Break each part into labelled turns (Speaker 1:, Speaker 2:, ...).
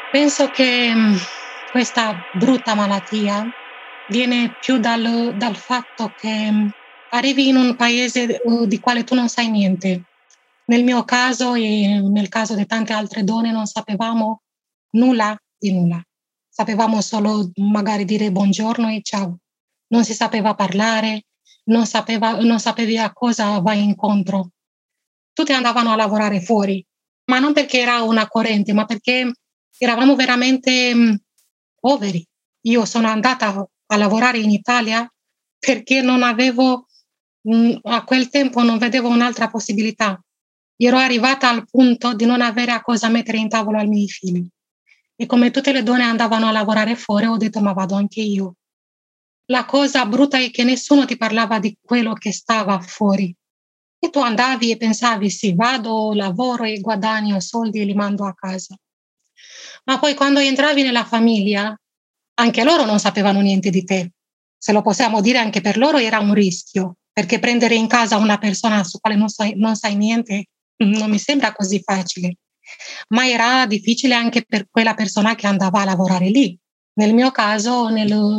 Speaker 1: Penso che questa brutta malattia viene più dal fatto che arrivi in un paese di quale tu non sai niente. Nel mio caso e nel caso di tante altre donne non sapevamo nulla di nulla. Sapevamo solo magari dire buongiorno e ciao. Non si sapeva parlare, non sapevi a cosa vai incontro. Tutti andavano a lavorare fuori, ma non perché era una corrente, ma perché eravamo veramente poveri. Io sono andata a lavorare in Italia perché non avevo, a quel tempo non vedevo un'altra possibilità. Ero arrivata al punto di non avere a cosa mettere in tavola ai miei figli. E come tutte le donne andavano a lavorare fuori, ho detto: "Ma vado anche io". La cosa brutta è che nessuno ti parlava di quello che stava fuori. E tu andavi e pensavi: "Sì, vado, lavoro e guadagno soldi e li mando a casa". Ma poi quando entravi nella famiglia, anche loro non sapevano niente di te. Se lo possiamo dire, anche per loro era un rischio, perché prendere in casa una persona su quale non sai niente, non mi sembra così facile. Ma era difficile anche per quella persona che andava a lavorare lì. Nel mio caso,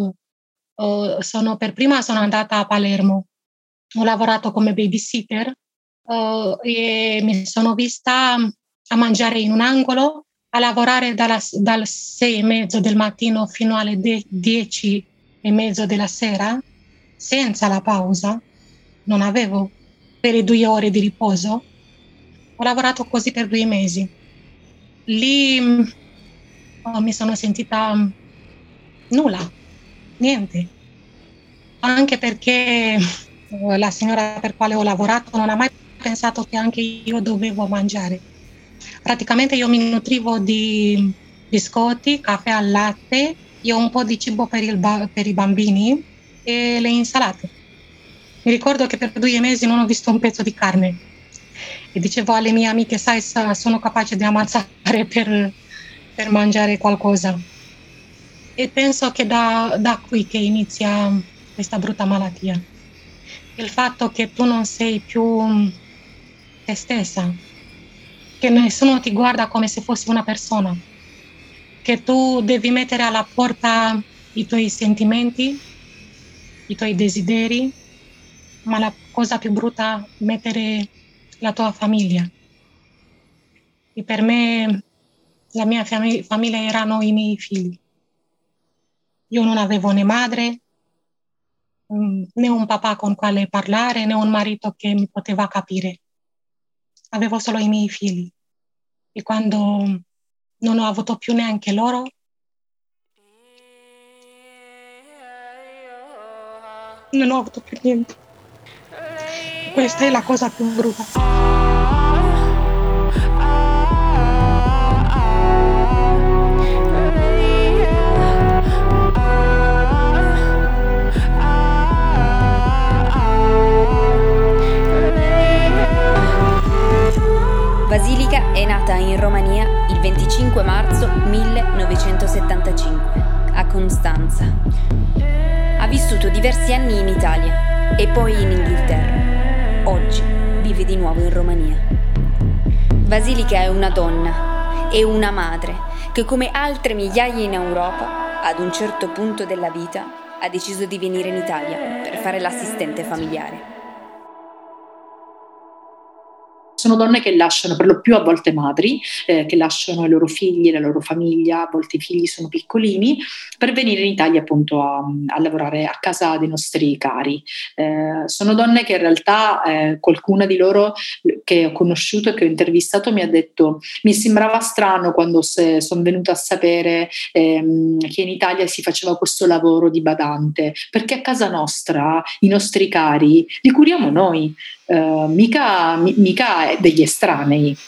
Speaker 1: per prima sono andata a Palermo. Ho lavorato come babysitter, e mi sono vista a mangiare in un angolo, a lavorare dal 6 e mezzo del mattino fino alle 10 e mezzo della sera, senza la pausa. Non avevo per i 2 ore di riposo. Ho lavorato così per 2 mesi. Lì, mi sono sentita nulla, niente. Anche perché la signora per quale ho lavorato non ha mai pensato che anche io dovevo mangiare. Praticamente io mi nutrivo di biscotti, caffè al latte e un po' di cibo per i bambini e le insalate. Mi ricordo che per 2 mesi non ho visto un pezzo di carne e dicevo alle mie amiche: "Sai, sono capace di ammazzare per mangiare qualcosa". E penso che da qui che inizia questa brutta malattia. Il fatto che tu non sei più te stessa, che nessuno ti guarda come se fossi una persona, che tu devi mettere alla porta i tuoi sentimenti, i tuoi desideri, ma la cosa più brutta, mettere la tua famiglia. E per me la mia famiglia erano i miei figli. Io non avevo né madre, né un papà con quale parlare, né un marito che mi poteva capire. Avevo solo i miei figli. E quando non ho avuto più neanche loro, non ho avuto più niente. Questa è la cosa più brutta.
Speaker 2: Vasilika è nata in Romania il 25 marzo 1975, a Costanza. Ha vissuto diversi anni in Italia e poi in Inghilterra. Oggi vive di nuovo in Romania. Vasilika è una donna e una madre che, come altre migliaia in Europa, ad un certo punto della vita ha deciso di venire in Italia per fare l'assistente familiare.
Speaker 3: Sono donne che lasciano, per lo più a volte madri, che lasciano i loro figli, la loro famiglia, a volte i figli sono piccolini, per venire in Italia appunto a lavorare a casa dei nostri cari. Sono donne che in realtà qualcuna di loro che ho conosciuto e che ho intervistato mi ha detto: mi sembrava strano quando sono venuta a sapere che in Italia si faceva questo lavoro di badante, perché a casa nostra i nostri cari li curiamo noi. Mica degli estranei.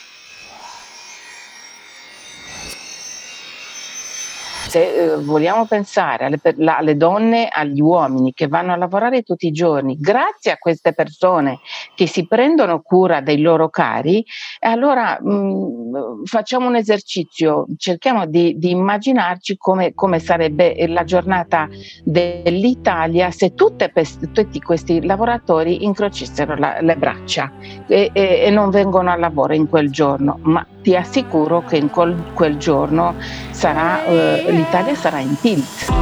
Speaker 4: Se vogliamo pensare alle donne, agli uomini che vanno a lavorare tutti i giorni, grazie a queste persone che si prendono cura dei loro cari, allora facciamo un esercizio, cerchiamo di immaginarci come sarebbe la giornata dell'Italia se tutti questi lavoratori incrociassero le braccia e non vengono al lavoro in quel giorno. Ma ti assicuro che in quel giorno l'Italia sarà in tilt.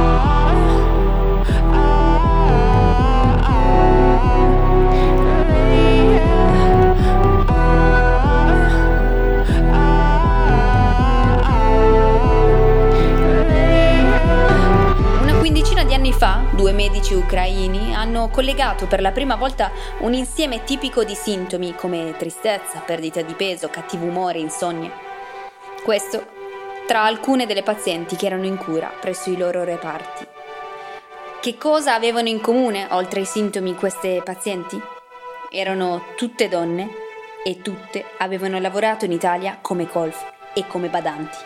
Speaker 2: Fa, 2 medici ucraini hanno collegato per la prima volta un insieme tipico di sintomi come tristezza, perdita di peso, cattivo umore, insonnia. Questo tra alcune delle pazienti che erano in cura presso i loro reparti. Che cosa avevano in comune, oltre ai sintomi, queste pazienti? Erano tutte donne e tutte avevano lavorato in Italia come colf e come badanti.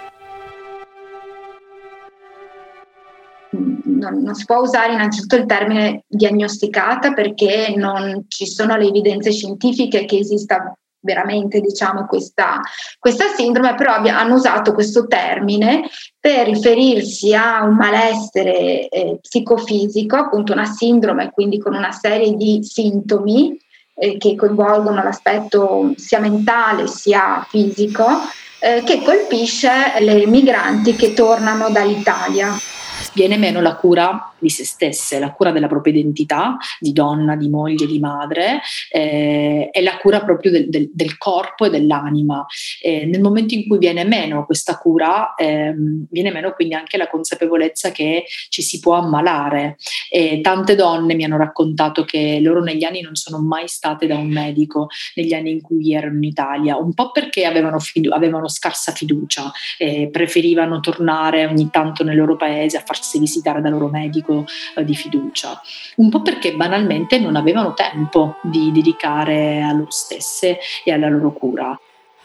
Speaker 5: Non si può usare innanzitutto il termine diagnosticata, perché non ci sono le evidenze scientifiche che esista veramente, diciamo, questa sindrome, però hanno usato questo termine per riferirsi a un malessere psicofisico, appunto una sindrome, quindi con una serie di sintomi che coinvolgono l'aspetto sia mentale sia fisico, che colpisce le migranti che tornano dall'Italia.
Speaker 3: Viene meno la cura di se stesse, la cura della propria identità di donna, di moglie, di madre, e la cura proprio del corpo e dell'anima. Nel momento in cui viene meno questa cura, viene meno quindi anche la consapevolezza che ci si può ammalare. Tante donne mi hanno raccontato che loro negli anni non sono mai state da un medico, negli anni in cui erano in Italia, un po' perché avevano scarsa fiducia, preferivano tornare ogni tanto nel loro paese a farsi visitare dal loro medico di fiducia, un po' perché banalmente non avevano tempo di dedicare a loro stesse e alla loro cura.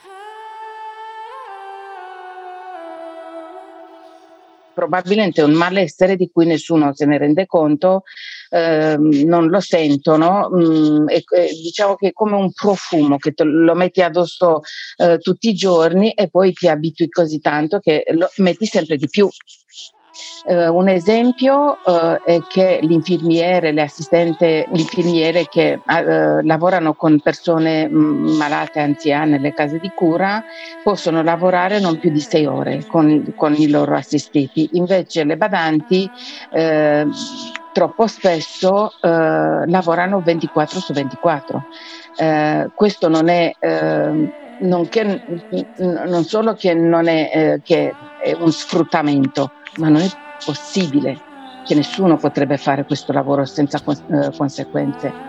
Speaker 4: Probabilmente è un malessere di cui nessuno se ne rende conto, non lo sentono, diciamo che è come un profumo che lo metti addosso tutti i giorni e poi ti abitui così tanto che lo metti sempre di più. Un esempio è che l'infermiere che lavorano con persone malate, anziane nelle case di cura, possono lavorare non più di 6 ore con i loro assistiti. Invece le badanti troppo spesso lavorano 24 su 24. Questo non è non solo che non è che è un sfruttamento, ma non è possibile, che nessuno potrebbe fare questo lavoro senza conseguenze.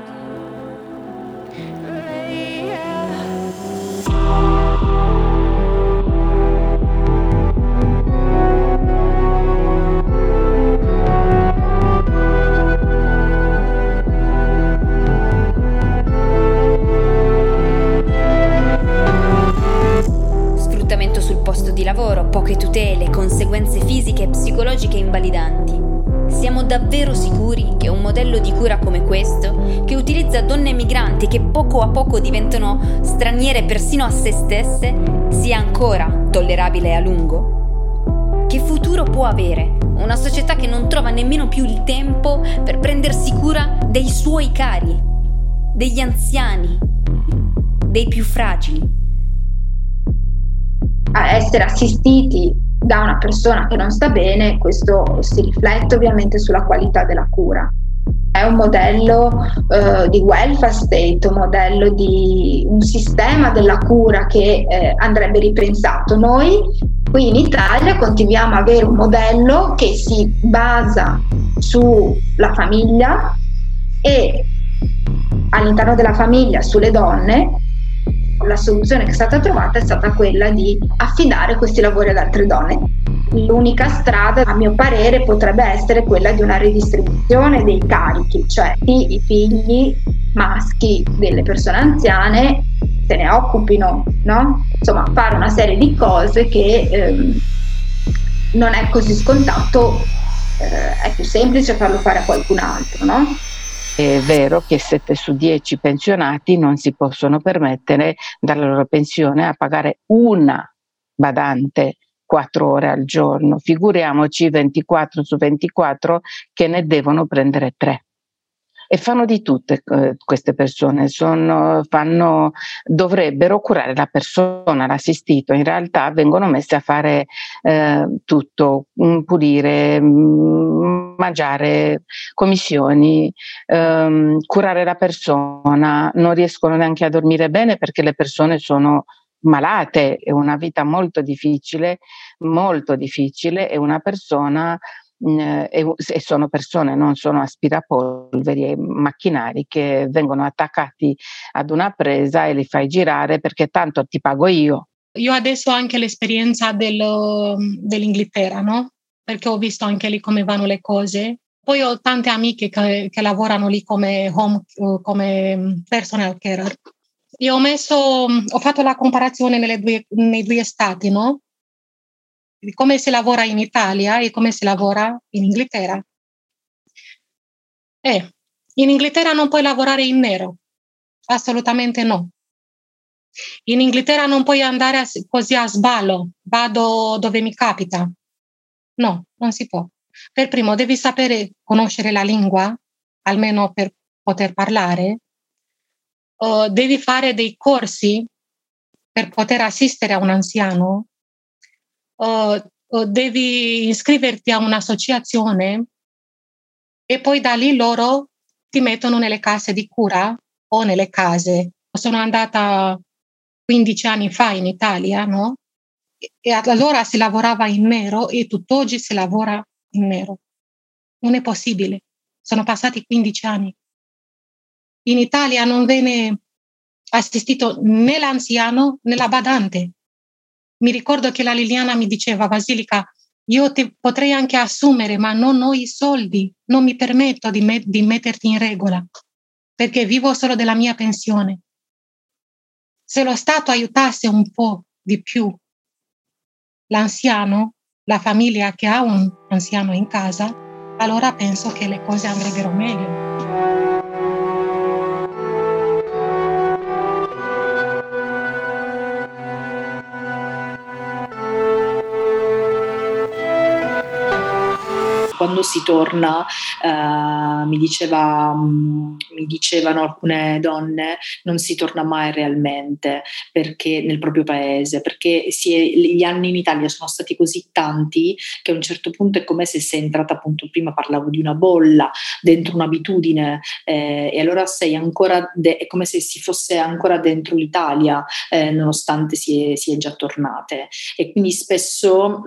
Speaker 2: Poche tutele, conseguenze fisiche e psicologiche invalidanti. Siamo davvero sicuri che un modello di cura come questo, che utilizza donne migranti che poco a poco diventano straniere persino a se stesse, sia ancora tollerabile a lungo? Che futuro può avere una società che non trova nemmeno più il tempo per prendersi cura dei suoi cari, degli anziani, dei più fragili?
Speaker 5: A essere assistiti da una persona che non sta bene, questo si riflette ovviamente sulla qualità della cura. È un modello di welfare state, un modello di un sistema della cura che andrebbe ripensato. Noi qui in Italia continuiamo a avere un modello che si basa sulla famiglia e all'interno della famiglia sulle donne. La soluzione che è stata trovata è stata quella di affidare questi lavori ad altre donne. L'unica strada, a mio parere, potrebbe essere quella di una ridistribuzione dei carichi, cioè i figli maschi delle persone anziane se ne occupino, no? Insomma, fare una serie di cose che non è così scontato, è più semplice farlo fare a qualcun altro, no?
Speaker 4: È vero che 7 su 10 pensionati non si possono permettere dalla loro pensione a pagare una badante 4 ore al giorno, figuriamoci 24 su 24 che ne devono prendere 3. E fanno di tutte queste persone, dovrebbero curare la persona, l'assistito, in realtà vengono messe a fare tutto, pulire, mangiare, commissioni, curare la persona, non riescono neanche a dormire bene perché le persone sono malate, è una vita molto difficile, e una persona e sono persone, non sono aspirapolveri e macchinari che vengono attaccati ad una presa e li fai girare perché tanto ti pago io.
Speaker 1: Io adesso ho anche l'esperienza dell'Inghilterra, no? Perché ho visto anche lì come vanno le cose. Poi ho tante amiche che lavorano lì come personal carer. Io ho fatto la comparazione nei due stati, no? Di come si lavora in Italia e come si lavora in Inghilterra. In Inghilterra non puoi lavorare in nero, assolutamente no. In Inghilterra non puoi andare così a sballo, vado dove mi capita. No, non si può. Per primo devi sapere conoscere la lingua, almeno per poter parlare. Devi fare dei corsi per poter assistere a un anziano. Devi iscriverti a un'associazione e poi da lì loro ti mettono nelle case di cura o nelle case. Sono andata 15 anni fa in Italia, no? E allora si lavorava in nero e tutt'oggi si lavora in nero. Non è possibile. Sono passati 15 anni. In Italia non viene assistito né l'anziano né la badante. Mi ricordo che la Liliana mi diceva: Basilica, io ti potrei anche assumere, ma non ho i soldi, non mi permetto di metterti in regola, perché vivo solo della mia pensione. Se lo Stato aiutasse un po' di più l'anziano, la famiglia che ha un anziano in casa, allora penso che le cose andrebbero meglio.
Speaker 3: Quando si torna, mi dicevano alcune donne, non si torna mai realmente perché nel proprio paese, perché gli anni in Italia sono stati così tanti che a un certo punto è come se sei entrata, appunto prima parlavo di una bolla, dentro un'abitudine, e allora sei ancora, è come se si fosse ancora dentro l'Italia, nonostante si è già tornate. E quindi spesso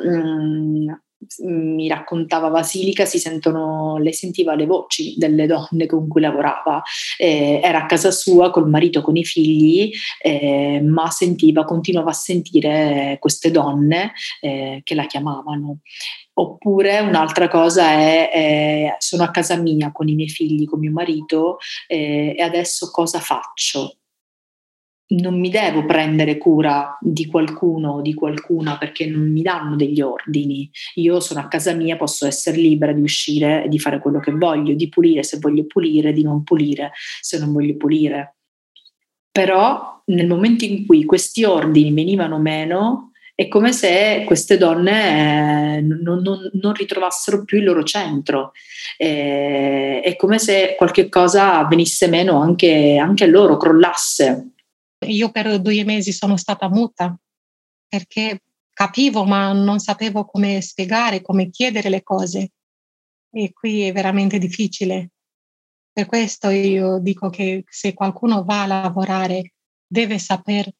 Speaker 3: mi raccontava Basilica, lei sentiva le voci delle donne con cui lavorava, era a casa sua col marito, con i figli, ma continuava a sentire queste donne che la chiamavano. Oppure un'altra cosa è sono a casa mia con i miei figli, con mio marito, e adesso cosa faccio? Non mi devo prendere cura di qualcuno o di qualcuna perché non mi danno degli ordini. Io sono a casa mia, posso essere libera di uscire e di fare quello che voglio, di pulire se voglio pulire, di non pulire se non voglio pulire. Però nel momento in cui questi ordini venivano meno, è come se queste donne non ritrovassero più il loro centro. È come se qualche cosa venisse meno anche a loro, crollasse.
Speaker 1: Io per 2 mesi sono stata muta perché capivo ma non sapevo come spiegare, come chiedere le cose, e qui è veramente difficile. Per questo io dico che se qualcuno va a lavorare deve sapere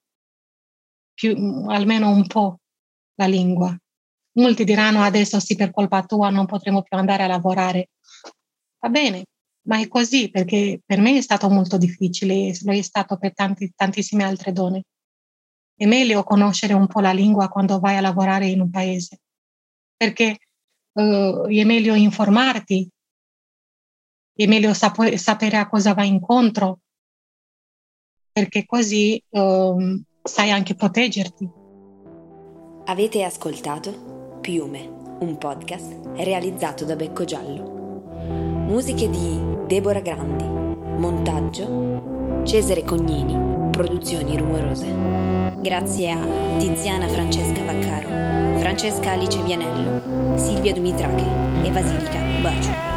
Speaker 1: almeno un po' la lingua. Molti diranno adesso sì, per colpa tua non potremo più andare a lavorare. Va bene. Ma è così, perché per me è stato molto difficile, lo è stato per tantissime altre donne. È meglio conoscere un po' la lingua quando vai a lavorare in un paese, perché è meglio informarti, è meglio sapere a cosa vai incontro, perché così sai anche proteggerti.
Speaker 2: Avete ascoltato Piume, un podcast realizzato da Becco Giallo. Musiche di Deborah Grandi, montaggio Cesare Cognini, produzioni rumorose. Grazie a Tiziana Francesca Vaccaro, Francesca Alice Vianello, Silvia Dumitrache e Basilica Baciu.